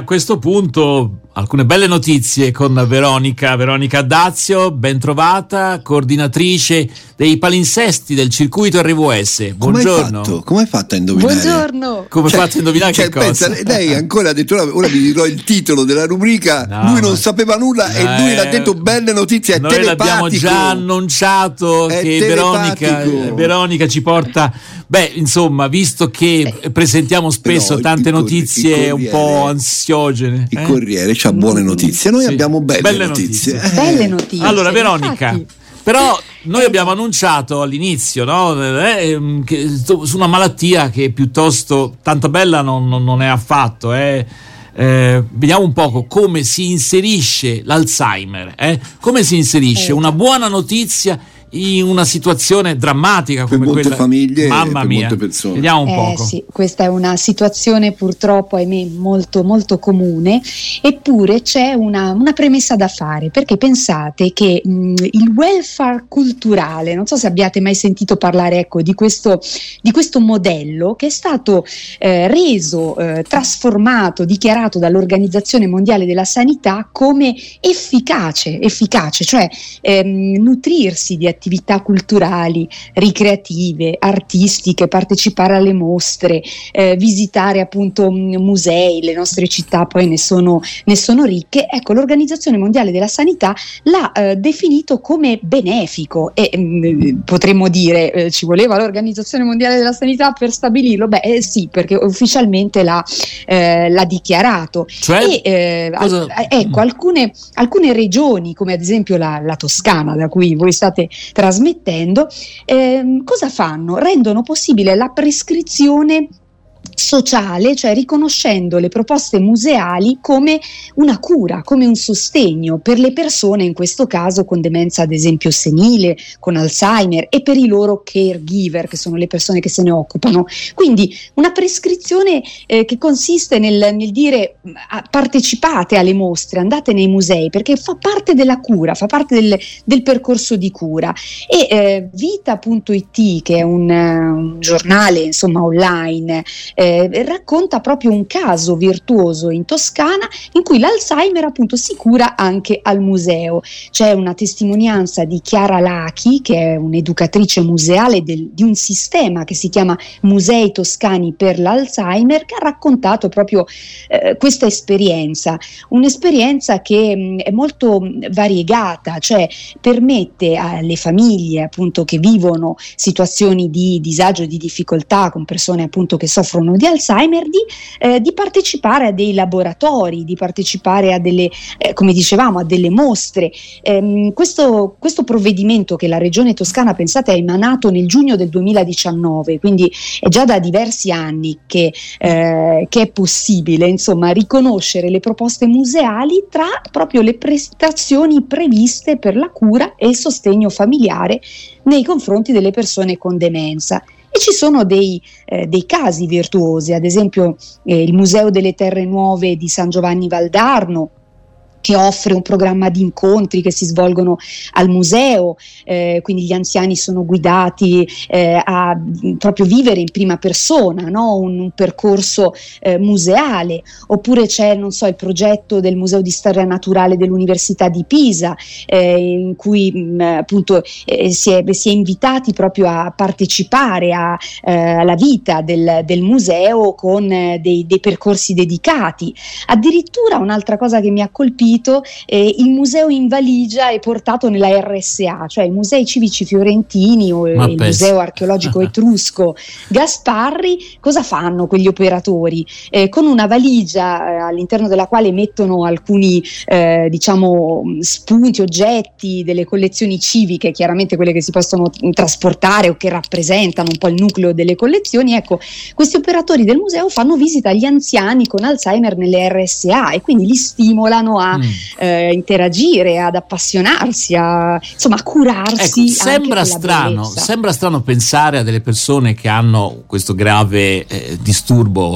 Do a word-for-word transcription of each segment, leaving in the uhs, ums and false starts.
questo punto alcune belle notizie con Veronica, Veronica Dazio, ben trovata, coordinatrice dei palinsesti del circuito R V S. Buongiorno. Come hai fatto, come hai fatto a indovinare? Buongiorno. Come cioè, hai fatto a indovinare cioè, che cosa? Pensa, lei ancora ha detto, ora, ora vi dirò il titolo della rubrica, no, lui non sapeva nulla eh, e lui l'ha detto belle notizie, è noi telepatico. L'abbiamo già annunciato è che Veronica, Veronica ci porta, beh insomma, visto che eh, presentiamo spesso no, tante il, notizie un po' ansiogene. Il eh? Corriere c'ha buone notizie, noi sì, abbiamo belle, belle notizie. notizie. Belle notizie. Allora Veronica, infatti. Però noi abbiamo annunciato all'inizio, no, eh, che, su una malattia che piuttosto tanto bella non, non, non è affatto. Eh. Eh, vediamo un poco come si inserisce l'Alzheimer, eh? Come si inserisce una buona notizia in una situazione drammatica come per molte quella, famiglie, mamma per mia, molte persone. Vediamo un eh, poco. Sì, questa è una situazione purtroppo, ahimè, molto molto comune, eppure c'è una, una premessa da fare, perché pensate che mh, il welfare culturale, non so se abbiate mai sentito parlare, ecco, di questo, di questo modello che è stato eh, reso, eh, trasformato, dichiarato dall'Organizzazione Mondiale della Sanità come efficace, efficace, cioè ehm, nutrirsi di attività culturali, ricreative, artistiche, partecipare alle mostre, eh, visitare appunto musei, le nostre città poi ne sono, ne sono ricche. Ecco, l'Organizzazione Mondiale della Sanità l'ha eh, definito come benefico e mh, potremmo dire eh, ci voleva l'Organizzazione Mondiale della Sanità per stabilirlo? Beh eh, sì, perché ufficialmente l'ha, eh, l'ha dichiarato. Cioè, e, eh, al, ecco, alcune, alcune regioni come ad esempio la, la Toscana, da cui voi state trasmettendo, ehm, cosa fanno? Rendono possibile la prescrizione sociale, cioè riconoscendo le proposte museali come una cura, come un sostegno per le persone, in questo caso con demenza ad esempio senile, con Alzheimer, e per i loro caregiver, che sono le persone che se ne occupano. Quindi una prescrizione eh, che consiste nel, nel dire partecipate alle mostre, andate nei musei, perché fa parte della cura, fa parte del, del percorso di cura. E eh, Vita punto it, che è un, un giornale insomma online, Eh, racconta proprio un caso virtuoso in Toscana in cui l'Alzheimer appunto si cura anche al museo. C'è una testimonianza di Chiara Lachi, che è un'educatrice museale del, di un sistema che si chiama Musei Toscani per l'Alzheimer, che ha raccontato proprio eh, questa esperienza, un'esperienza che mh, è molto variegata, cioè permette alle famiglie appunto che vivono situazioni di disagio e di difficoltà con persone appunto che soffrono di Alzheimer di, eh, di partecipare a dei laboratori, di partecipare a delle, eh, come dicevamo, a delle mostre. Ehm, questo, questo provvedimento che la Regione Toscana, pensate, ha emanato nel giugno del duemiladiciannove, quindi è già da diversi anni che, eh, che è possibile insomma riconoscere le proposte museali tra proprio le prestazioni previste per la cura e il sostegno familiare nei confronti delle persone con demenza. E ci sono dei, eh, dei casi virtuosi, ad esempio eh, il Museo delle Terre Nuove di San Giovanni Valdarno, che offre un programma di incontri che si svolgono al museo, eh, quindi gli anziani sono guidati eh, a proprio vivere in prima persona, no? un, un percorso eh, museale. Oppure c'è, non so, il progetto del Museo di Storia Naturale dell'Università di Pisa, eh, in cui mh, appunto eh, si, è, si è invitati proprio a partecipare a, eh, alla vita del, del museo con eh, dei, dei percorsi dedicati. Addirittura un'altra cosa che mi ha colpito, Eh, il museo in valigia è portato nella R S A, cioè i musei civici fiorentini o Ma il penso. museo archeologico etrusco Gasparri. Cosa fanno quegli operatori? Eh, con una valigia eh, all'interno della quale mettono alcuni eh, diciamo spunti, oggetti delle collezioni civiche, chiaramente quelle che si possono trasportare o che rappresentano un po' il nucleo delle collezioni. Ecco, questi operatori del museo fanno visita agli anziani con Alzheimer nelle R S A e quindi li stimolano a mm. eh, interagire, ad appassionarsi, a, insomma a curarsi. Ecco, sembra anche strano, bellezza. sembra strano pensare a delle persone che hanno questo grave eh, disturbo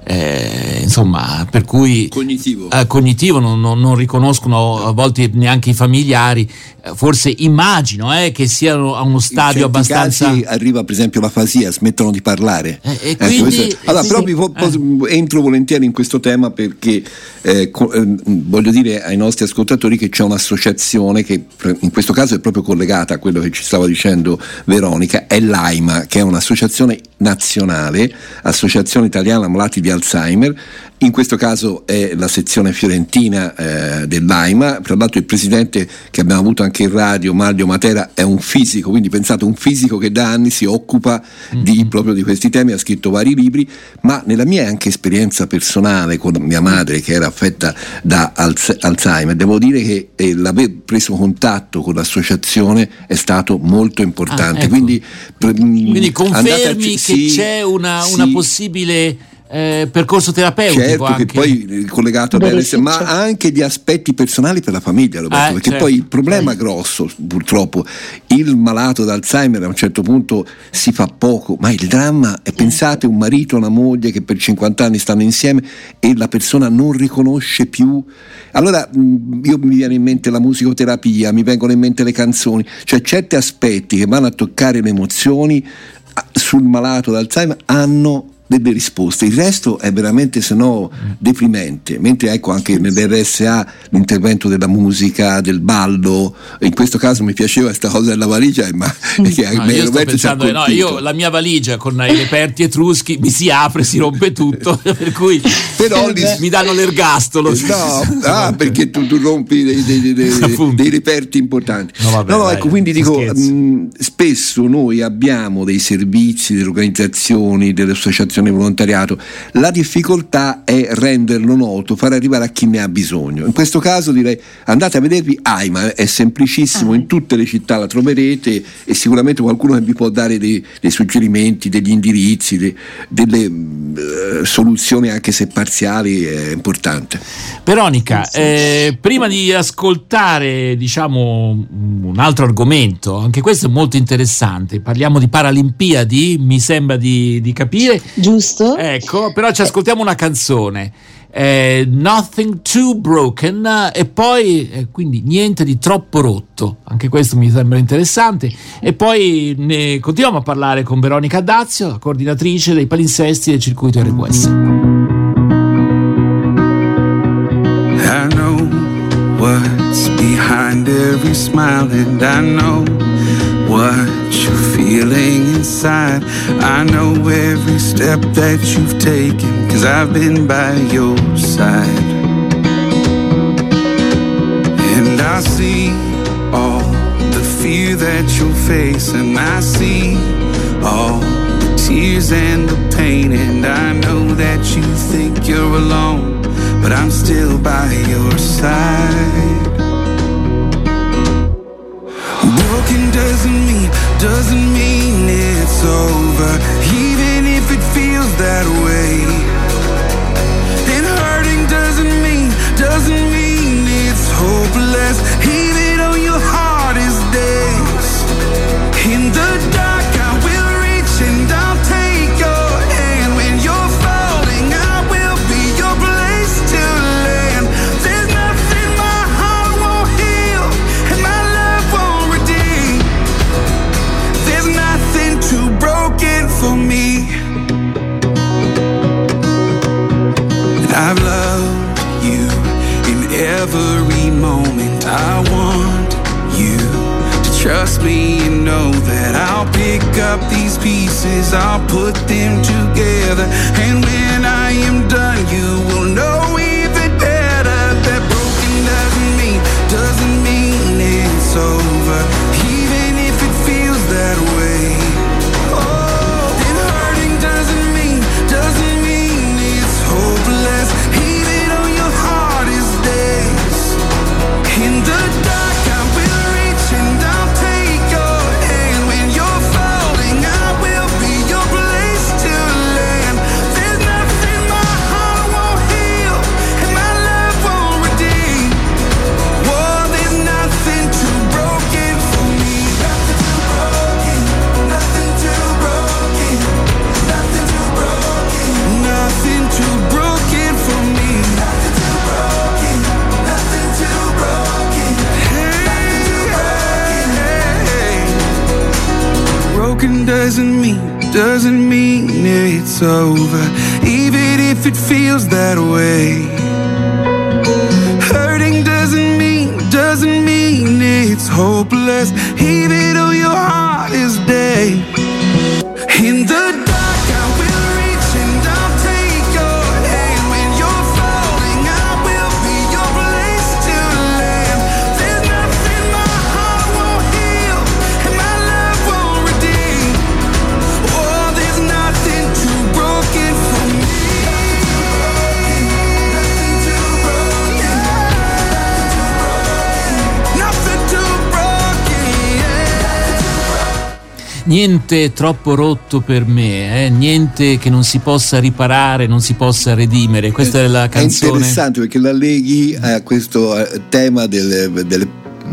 eh, insomma, per cui cognitivo, eh, cognitivo non, non, non riconoscono a volte neanche i familiari. Eh, forse immagino eh, che siano a uno stadio in certi abbastanza. casi arriva per esempio l'afasia, smettono di parlare. Eh, e ecco, quindi, questo... Allora, sì, però sì. po- po- eh. entro volentieri in questo tema perché eh, co- eh, voglio dire ai nostri ascoltatori che c'è un'associazione che in questo caso è proprio collegata a quello che ci stava dicendo Veronica, è l'AIMA, che è un'associazione nazionale, Associazione Italiana Malati di Alzheimer. In questo caso è la sezione fiorentina eh, dell'AIMA. Tra l'altro il presidente che abbiamo avuto anche in radio, Mario Matera, è un fisico, quindi pensate, un fisico che da anni si occupa mm-hmm. di, proprio di questi temi, ha scritto vari libri, ma nella mia anche esperienza personale con mia madre che era affetta da Alz- Alzheimer, devo dire che eh, l'aver preso contatto con l'associazione è stato molto importante. Ah, ecco. Quindi, pre- quindi confermi a... che sì, c'è una, sì. una possibile Eh, percorso terapeutico, certo, anche. che poi collegato a R S, ma anche di aspetti personali per la famiglia, Roberto, eh, perché certo. poi il problema grosso, purtroppo, il malato d'Alzheimer a un certo punto si fa poco, ma il dramma è, pensate, un marito e una moglie che per cinquanta anni stanno insieme e la persona non riconosce più. Allora io mi viene in mente la musicoterapia, mi vengono in mente le canzoni, cioè certi aspetti che vanno a toccare le emozioni sul malato d'Alzheimer hanno delle risposte, il resto è veramente, se no, deprimente. Mentre ecco anche nell'R S A l'intervento della musica, del ballo, in questo caso mi piaceva questa cosa della valigia, ma che no, io sto pensando, no, io la mia valigia con i reperti etruschi mi si apre, si rompe tutto, per cui però li, mi danno l'ergastolo. No, ah, perché tu, tu rompi dei, dei, dei, dei reperti importanti. No, vabbè, no, no ecco, quindi dico, mh, spesso noi abbiamo dei servizi, delle organizzazioni, delle associazioni volontariato, la difficoltà è renderlo noto, far arrivare a chi ne ha bisogno. In questo caso direi andate a vedervi AIMA, è semplicissimo, ah. in tutte le città la troverete e sicuramente qualcuno che vi può dare dei, dei suggerimenti, degli indirizzi, de, delle uh, soluzioni anche se parziali, è importante. Veronica, eh, prima di ascoltare diciamo un altro argomento, anche questo è molto interessante, parliamo di Paralimpiadi, mi sembra di, di capire. Giusto. Ecco, però ci ascoltiamo una canzone, eh, Nothing Too Broken, e poi eh, quindi niente di troppo rotto, anche questo mi sembra interessante, e poi ne continuiamo a parlare con Veronica Dazio, la coordinatrice dei palinsesti del circuito R Q S. I know what's behind every smile and I know what you're feeling inside. I know every step that you've taken, 'cause I've been by your side. And I see all the fear that you'll face, and I see all the tears and the pain, and I know that you think you're alone, but I'm still by your side. Broken doesn't mean, doesn't mean it's over, even if it feels that way. And hurting doesn't mean, doesn't mean it's hopeless, even on your hardest days. In the dark I will reach and I'll take your hand. When you're falling I will be your place to land. There's nothing my heart won't heal and my love won't redeem. There's nothing too broken for me. And I've loved you in every moment. I want you to trust me and know that I'll pick up these pieces, I'll put them together, and when I am done you will know even better that broken doesn't mean, doesn't mean it's over, even if it feels that way. Oh, and hurting doesn't mean, doesn't mean it's hopeless, even on your hardest days. In the dark I will reach and I'll take your hand. When you're falling I will be your place to land. There's nothing my heart won't heal doesn't mean, doesn't mean it's over, even if it feels that way. Hurting doesn't mean, doesn't mean it's hopeless, even though your heart is dead. In the dark I will reach and I'll take your hand. When you're falling I will be your place to land. There's nothing my heart won't heal and my love won't redeem. Oh, there's nothing too broken for me. Nothing too broken. Nothing too broken. Niente troppo rotto per me, eh? Niente che non si possa riparare, non si possa redimere. Questa è la canzone. È interessante perché la leghi a questo tema delle, delle,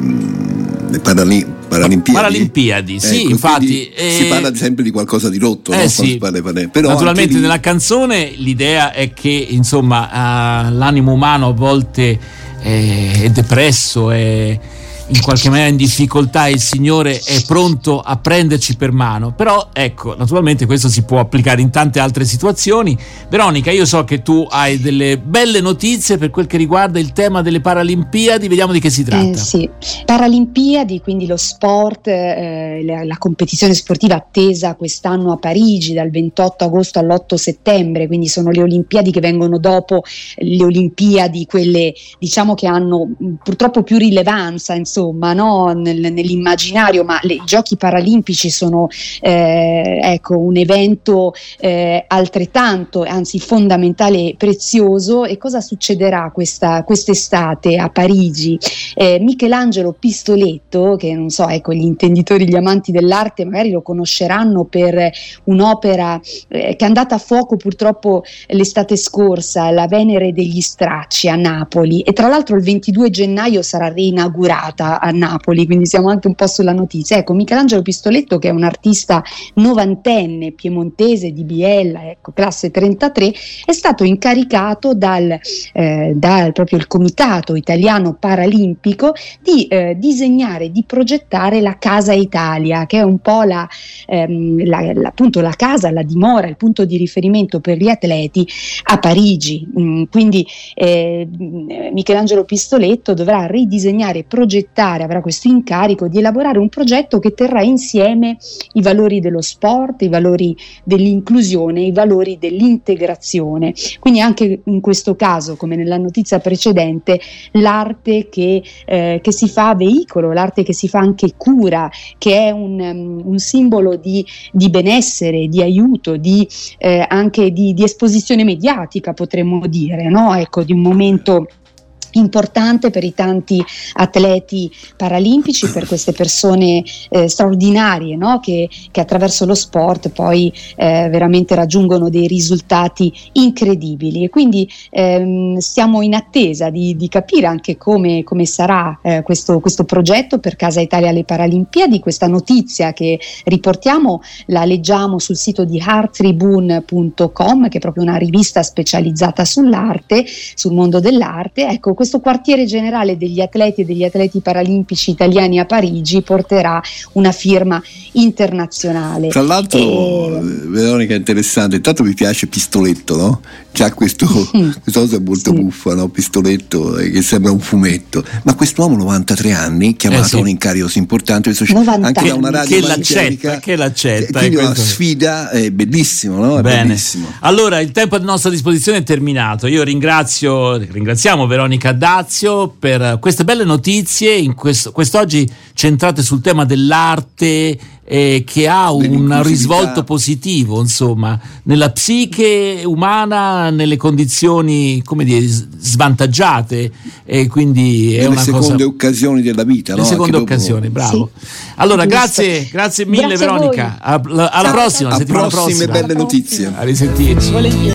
delle Paralim- Paralimpiadi. Paralimpiadi, sì, ecco, infatti. Eh, si parla sempre di qualcosa di rotto, eh no? Sì. Parla, parla, però naturalmente lì... nella canzone l'idea è che insomma uh, l'animo umano a volte è, è depresso, è in qualche maniera in difficoltà e il Signore è pronto a prenderci per mano. Però ecco, naturalmente questo si può applicare in tante altre situazioni. Veronica, io so che tu hai delle belle notizie per quel che riguarda il tema delle Paralimpiadi, vediamo di che si tratta. Eh, sì, Paralimpiadi, quindi lo sport, eh, la, la competizione sportiva attesa quest'anno a Parigi dal ventotto agosto all'otto settembre, quindi sono le Olimpiadi che vengono dopo le Olimpiadi, quelle diciamo che hanno mh, purtroppo più rilevanza insomma no? Nel, nell'immaginario, ma le, i giochi paralimpici sono eh, ecco, un evento eh, altrettanto, anzi fondamentale e prezioso. E cosa succederà questa, quest'estate a Parigi? Eh, Michelangelo Pistoletto, che non so, ecco, gli intenditori, gli amanti dell'arte magari lo conosceranno per un'opera eh, che è andata a fuoco purtroppo l'estate scorsa, La Venere degli Stracci a Napoli, e tra l'altro il ventidue gennaio sarà reinaugurata a Napoli, quindi siamo anche un po' sulla notizia. Ecco, Michelangelo Pistoletto, che è un artista novantenne piemontese di Biella, ecco, classe trentatré, è stato incaricato dal, eh, dal proprio il Comitato Italiano Paralimpico di eh, disegnare, di progettare la Casa Italia, che è un po' la, ehm, la, la, appunto la casa, la dimora, il punto di riferimento per gli atleti a Parigi. Mm, quindi eh, Michelangelo Pistoletto dovrà ridisegnare e progettare, avrà questo incarico di elaborare un progetto che terrà insieme i valori dello sport, i valori dell'inclusione, i valori dell'integrazione. Quindi anche in questo caso, come nella notizia precedente, l'arte che, eh, che si fa veicolo, l'arte che si fa anche cura, che è un, um, un simbolo di, di benessere, di aiuto, di, eh, anche di, di esposizione mediatica, potremmo dire, no? Ecco, di un momento importante per i tanti atleti paralimpici, per queste persone eh, straordinarie, no? che, che attraverso lo sport poi eh, veramente raggiungono dei risultati incredibili. E quindi ehm, stiamo in attesa di, di capire anche come, come sarà eh, questo, questo progetto per Casa Italia alle Paralimpiadi. Questa notizia che riportiamo la leggiamo sul sito di art tribune punto com, che è proprio una rivista specializzata sull'arte, sul mondo dell'arte. Ecco, questo quartiere generale degli atleti e degli atleti paralimpici italiani a Parigi porterà una firma internazionale. Tra l'altro, e... Veronica, è interessante, intanto mi piace Pistoletto, no? C'ha questo, mm. questa cosa molto sì. buffa, no? Pistoletto, eh, che sembra un fumetto, ma quest'uomo novantatré anni, chiamato eh sì. un incarico così importante, anche da una radio che l'accetta, che l'accetta, quindi una sfida è bellissimo, no? È Bene. bellissimo. Allora, il tempo a nostra disposizione è terminato. Io ringrazio, ringraziamo Veronica Dazio per queste belle notizie in questo, quest'oggi centrate sul tema dell'arte, eh, che ha un risvolto positivo, insomma, nella psiche umana, nelle condizioni, come dire, svantaggiate, e quindi è nelle una seconde cosa... occasioni della vita, le no? seconde Anche occasioni, dopo... bravo. Sì. Allora, grazie, grazie mille, grazie Veronica. Alla, alla Ciao, prossima, a settimana prossime prossima. belle notizie. A risentirci.